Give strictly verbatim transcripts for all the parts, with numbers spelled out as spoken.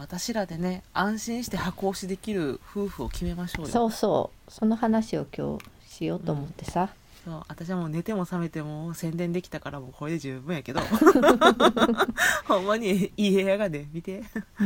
私らでね安心して箱推しできる夫婦を決めましょうよ。 そうそうその話を今日しようと思ってさ、 うん、そう私はもう寝ても覚めても宣伝できたからもうこれで十分やけどほんまにいい部屋がね見て、 うん、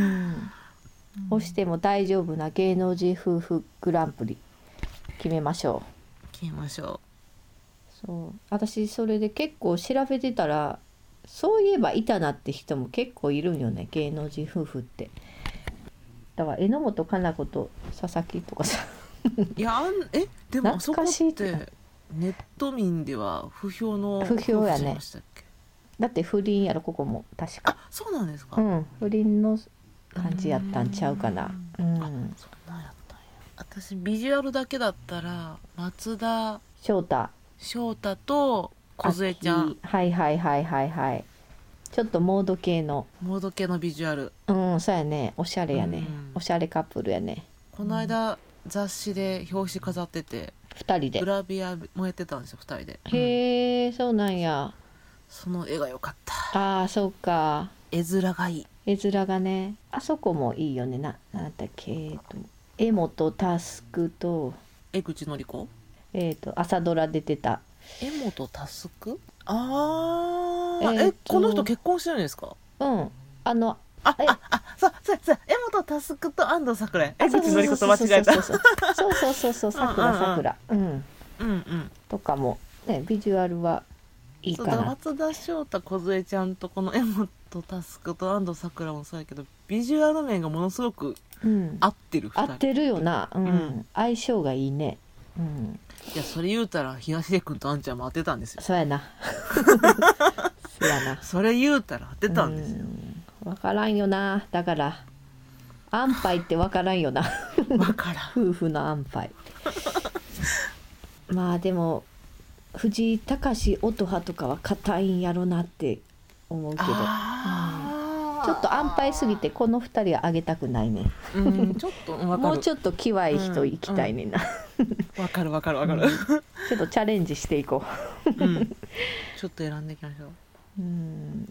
押しても大丈夫な芸能人夫婦グランプリ決めましょう。 決めましょう。そう私それで結構調べてたらそういえばいたなって人も結構いるんよね芸能人夫婦って。だから榎本加奈子と佐々木とかさいやあんえでもあそこっ懐かしいてネット民では不評の不評やね夫婦ちゃいましたっけ。 だって不倫やろここも確か。 あそうなんですか。 うん不倫の感じやったんちゃうかな。うん、 あそんなんやったんや。私ビジュアルだけだったら松田翔太翔太と梢ちゃん、 はいはいはいはいはい、ちょっとモード系のモード系のビジュアル。 うんそうやねおしゃれやね、 うんおしゃれカップルやね。 この間、雑誌で表紙飾っててふたりでグラビアもやってたんですよふたりで。 へえ、うん、そうなんや。 その絵が良かった。 あーそうか絵面がいい。 絵面がねあそこもいいよね。ななんだっけえーと柄本佑と江口のり子えーと朝ドラ出てた江本佑あー、 えーえこの人結婚してるんですか。 うんあのあえああそうそうそう江本佑と安藤サクラ。江そう口のり子と間違えた。 そうそうそうそうそうそうさくらさくらうんうんうんとかもねビジュアルはいいそうかな。 だ松田翔太梢ちゃんとこの江本佑と安藤サクラもそうやけどビジュアル面がものすごくうん合ってるふたり。 合ってるよな、うんうん、 相性がいいね。うん、 いやそれ言うたら東出君とあんちゃんも当てたんですよ。 そうやなそうやなそれ言うたら当てたんですよ。 分からんよな。だから安牌って分からんよなわからん夫婦の安牌まあでも藤井隆音羽とかは硬いんやろなって思うけど、うん、ちょっと安牌すぎてこのふたりはあげたくないね。 うんちょっとわかる。 もうちょっときわい人行きたいねんな、 わかるわかるわかる、 うん、ちょっとチャレンジしていこう、うん、ちょっと選んでいきましょう。 う、うん、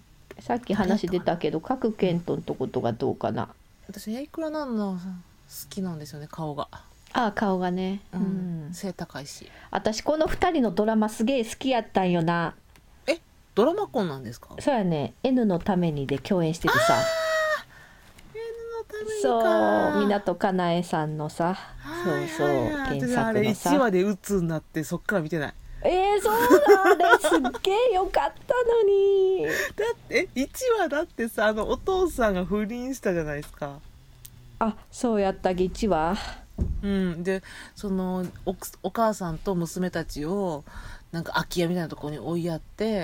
さっき話出たけど賀来賢人のとことがどうかな。 私エイクラナンナ好きなんですよね顔が。 ああ顔がね、 ううんん、 背高いし。 私このふたりのドラマすげえ好きやったんよな。 えドラマコンなんですか。 そうやね N のためにで共演しててさ N のためにそうか湊かなえさんのさそうそう原私あれいち作のさわで鬱になってそっから見てない。 えー、そうだあれすっげえよかったのにだっていちわだってさあのお父さんが不倫したじゃないですか。 あそうやったぎちはうん、でその お, お母さんと娘たちをなんか空き家みたいなところに追いやって、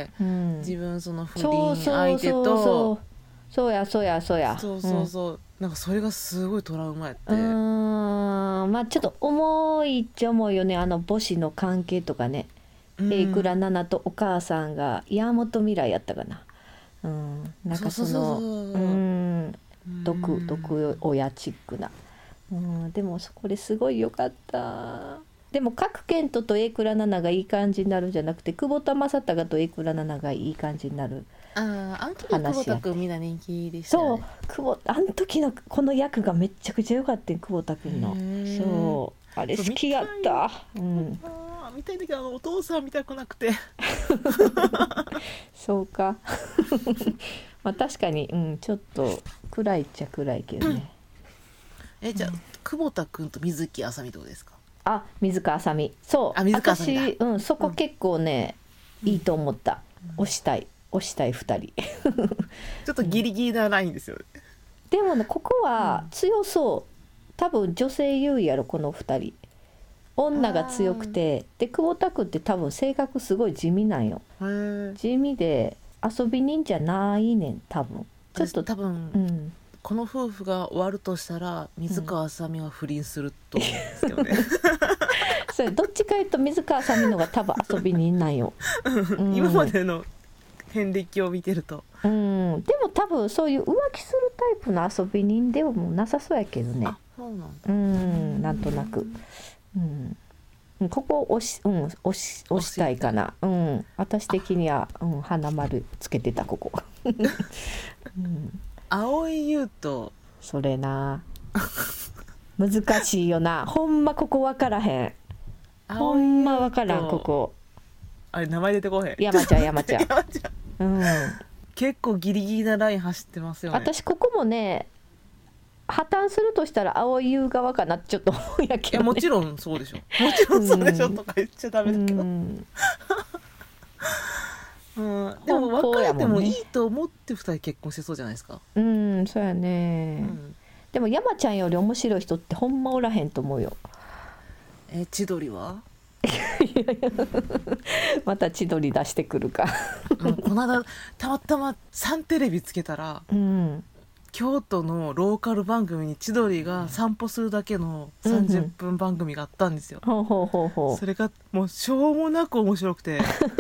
うん、 自分その不そう倫そう相手そうとそうそうやそうやそうやそうそうそう、うん、なんかそれがすごいトラウマやって。 うーんまあちょっと重いっちゃ重いよねあの母子の関係とかね。榮倉奈々とお母さんが山本未来やったかな、うん、なんかそのうん毒毒親チックな、うん、でもこれすごい良かった。でも賀来賢人と榮倉奈々がいい感じになるんじゃなくて久保田正孝と榮倉奈々がいい感じになるああの時久保田君みんな人気でしたよね。 そう久保あの時のこの役がめちゃくちゃ良かったん久保田君の。そうあれ好きやった。うん見たいんだけどあのお父さん見たくなくてそうかまあ確かに、うん、ちょっと暗いっちゃ暗いけどね、 うん、えじゃあ、うん、久保田君と水木あさみどうですか。 あ水川あさみそうあ水川あさみだ私、うん、そこ結構ね、うん、いいと思った、うん、推したい推したいふたりちょっとギリギリなラインですよね、 うん、でもねここは強そう、多分女性優位やろこのふたり。女が強くてで久保田君って多分性格すごい地味なんよ。地味で遊び人じゃないねん多分。 ちょっと多分、 うん、 この夫婦が終わるとしたら水川あさみは不倫すると思うんですけどね、 うん、それどっちかいうと水川あさみのが多分遊び人なんよ、 うん、今までの遍歴を見てると、 うん、でも多分そういう浮気するタイプの遊び人でもなさそうやけどね。 あそうなんだ、 うんなんとなく、うん、ここ押し、うん、押し押したいかな、うん、私的には、うん、花丸つけてたここ、うん、 蒼井優とそれな難しいよな、ほんまここ分からへん、ほんま分からんここ。 あれ名前出てこへん。 山ちゃん山ちゃん山ちゃん、 うん、 結構ギリギリなライン走ってますよね。 私ここもね破綻するとしたら青い優側かなってちょっと思うんやけど、ね、 いやもちろんそうでしょ、もちろんそうでしょとか言っちゃダメだけど、 ううんんうん、でも別れてもいねいと思ってふたり結婚してそうじゃないですか、 うんそうやうね、 ん、 でも山ちゃんより面白い人ってほんまおらへんと思うよ。 え千鳥はまた千鳥出してくるかもうこの間たまたまサンテレビつけたらうん京都のローカル番組に千鳥が散歩するだけのさんじゅっぷん番組があったんですよ、 ほうほうほうほそれがもうしょうもなく面白くて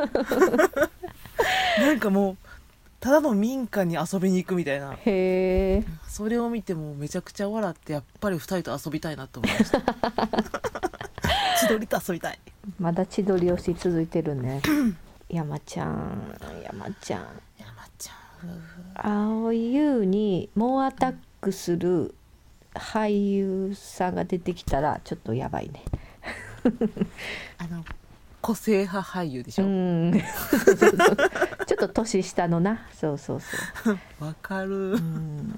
なんかもうただの民家に遊びに行くみたいな、 う。へえ。 それを見てもめちゃくちゃ笑ってやっぱりふたりと遊びたいなと思いました千鳥と遊びたい。 まだ千鳥推し続いてるね山ちゃん山ちゃん山ちゃん夫婦、 青い優に猛アタックする俳優さんが出てきたらちょっとやばいねあの個性派俳優でしょ、 うんちょっと年下のな、そうそうそうわかる、 うん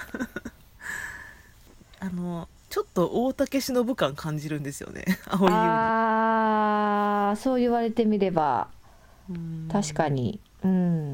あのちょっと大竹しのぶ感感じるんですよね青い優に。 あーそう言われてみればうん確かに、うん、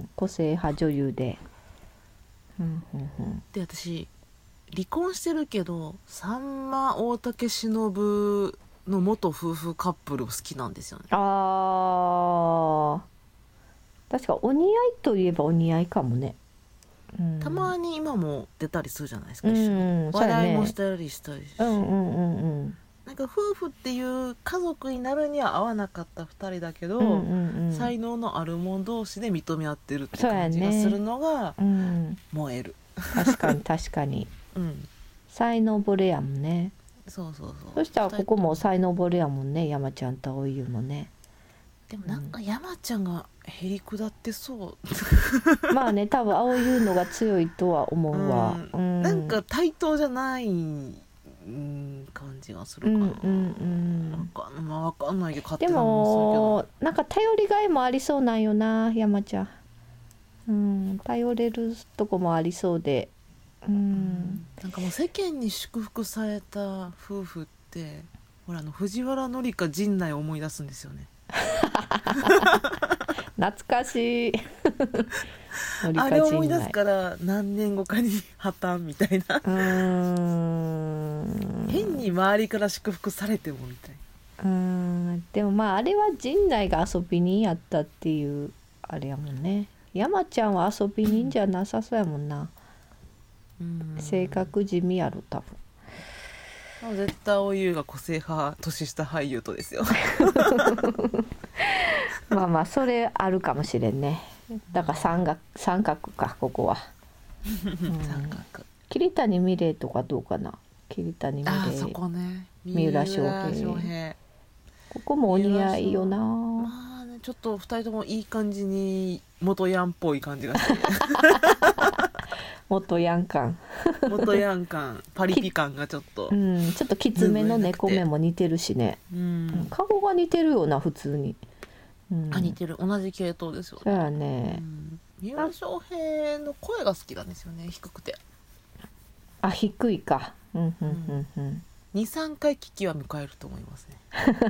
個性派女優で、うんうんうん、 で私離婚してるけどさんま大竹しのぶの元夫婦カップル好きなんですよね。 あー確かお似合いといえばお似合いかもね、うん、 たまに今も出たりするじゃないですか、 うん一緒にそうやね笑いもしたりしたりし、 うんうんうんうんなんか夫婦っていう家族になるには合わなかったふたりだけど、 うんうんうん才能のある者同士で認め合ってるってそうやね感じがするのがうん燃える。 確かに確かにうん才能ぼれやもんね。 そうそうそう。 そしたらここも才能ぼれやもんね、山ちゃんと青い優もね。 でもなんか山ちゃんがへりくだってそう、 まあね多分青い優のが強いとは思うわ、 ううんん、 なんか対等じゃない、うん、感じがするうんかな、 うんうんわかん、まあ、わかんないけど勝手でなももなんか頼りがいもありそうなんよな山ちゃん、うん、頼れるとこもありそうで、うん、 なんかもう世間に祝福された夫婦ってほらあの藤原紀香陣内を思い出すんですよね。 懐かしいあれを思い出すから何年後かに破綻みたいな、 うーん変に周りから祝福されてもみたいな。 うーんでもまああれは陣内が遊び人やったっていうあれやもんね。山ちゃんは遊び人じゃなさそうやもんな、 うん性格地味やろ多分。 絶対青優が個性派年下俳優とですよまあまあそれあるかもしれんね。だから三角三角かここは、うん三角。 桐谷美玲とかどうかな。桐谷美あーそ玲こね、 三浦翔平三浦翔平ここもお似合いよな。 まあねちょっとふたりともいい感じに元ヤンっぽい感じがして元ヤン感元ヤン感パリピ感がちょっと、 うん、ちょっときつめの猫目も似てるしね、 うんうん顔が似てるよな普通に、うん、 あ似てる同じ系統ですよね。 そうやうね、 ん三浦翔平の声が好きなんですよね、低くて。 あ低いか、うんうんうんうんにさんかい危機は迎えると思いますね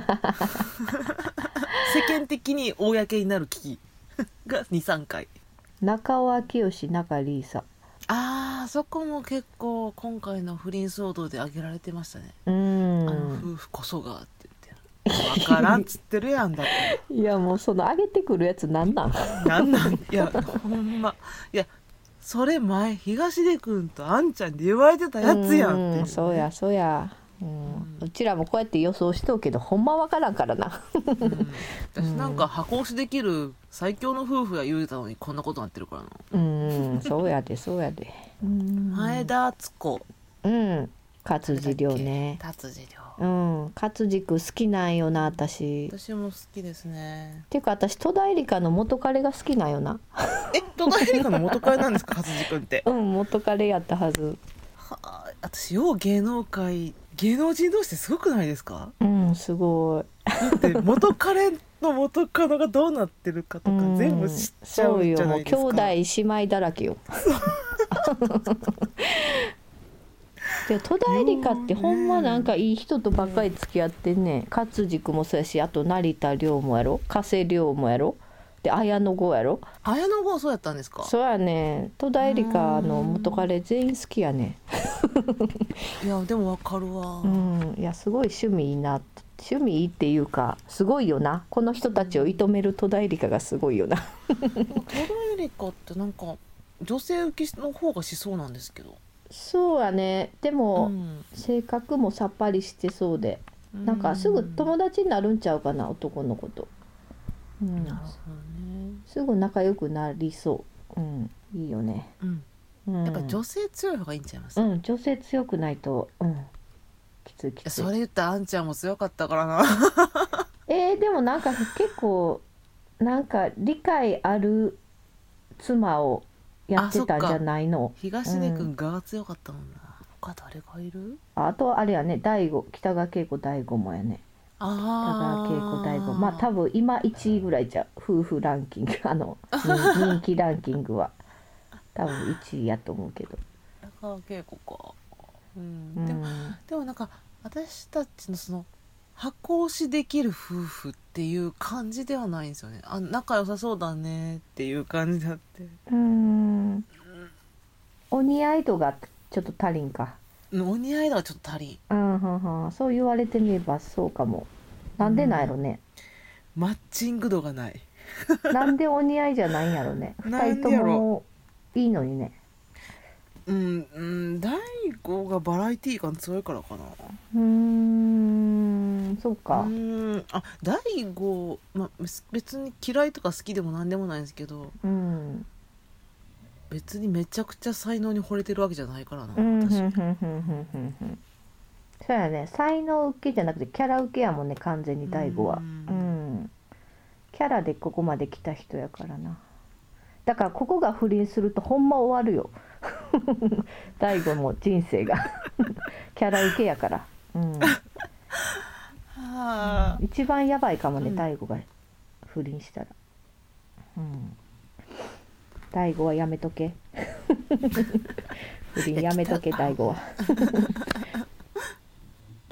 世間的に公になる危機がにさんかい。 中尾明慶中里依紗、 あーそこも結構今回の不倫騒動で挙げられてましたね、 うんあの夫婦こそがって言って分からんっつってるやんだっていやもうその上げてくるやつなんなんなんなんいやほんまいやそれ前東出君とあんちゃんで言われてたやつやんっていうね、 んそうやそうや、うんうんうちらもこうやって予想しとうけどほんまわからんからなうん私なんか箱押しできる最強の夫婦や言うてたのにこんなことになってるからな。 うんそうやでそうやで、うん前田敦子うん勝地涼ね、 達治療うん勝地君好きなんよな私。 私も好きですね。 っていうか私戸田恵梨香の元彼が好きなんよなえ戸田恵梨香の元彼なんですか勝地君って。 うん元彼やったはず。 はあ、私よう芸能界芸能人同士ってすごくないですか？ うんすごい。 だって元彼の元カノがどうなってるかとかうん全部知っちゃうんじゃないですか。 そうよ、もう兄弟姉妹だらけよ。で戸田恵梨香ってほんまなんかいい人とばっかり付き合ってんねん。勝軸もそうやし、あと成田凌もやろ、加瀬亮もやろ、で綾野剛やろ。 綾野剛そうやったんですか？ そうやね、戸田恵梨香の元彼全員好きやね。 いやでもわかるわ、 うん、いやすごい趣味いいな、趣味いいっていうかすごいよな、この人たちを射止める戸田恵梨香がすごいよな。 戸田恵梨香ってなんか女性受けの方がしそうなんですけど。 そうやね、でも、 うん、 性格もさっぱりしてそうで、なんかすぐ友達になるんちゃうかな、男の子と、うん、 なるほどね。 すぐ仲良くなりそう、うん、いいよね、 うんうん、 やっぱ女性強い方がいいんちゃいます？ うん、女性強くないと、うん、きついきつい。 それ言ったらあんちゃんも強かったからな。 えー、でもなんか結構なんか理解ある妻をやってたんじゃないの？ 東出君が強かったもんな、うん、他誰がいる？ あとあれやね、大悟、北川景子大悟もやね。北川景子大悟、まあ多分今いちいぐらいじゃ夫婦ランキング、あの人気ランキングは多分いちいやと思うけど。 北川景子か、うん、 うん、 でもでもなんか私たちのその箱推しできる夫婦っていう感じではないんですよね。あ、仲良さそうだねっていう感じだって。 うーん、お似合い度がちょっと足りんか。 お似合い度はちょっと足りん。 うんはんはん、そう言われてみればそうかも。なんでなんやろね、 うん、マッチング度がない。 なんでお似合いじゃないんやろね。ふたりともいいのにね。 うんうん、大悟がバラエティー感強いからかな。 うーん、そうか。 うーん、あ、大悟、ま、別に嫌いとか好きでも何でもないんですけど、 うん、 別にめちゃくちゃ才能に惚れてるわけじゃないからな、 うん、 私。 ふんふんふんふんふんふん。そうやね、才能受けじゃなくてキャラ受けやもんね、完全に大悟は。 ううんん、キャラでここまで来た人やからな。だからここが不倫するとほんま終わるよ。大悟も人生がキャラ受けやから、うん、 はあ、 一番やばいかもね、 うん、 大悟が不倫したら、うん、大悟はやめとけ。不倫やめとけ大悟は。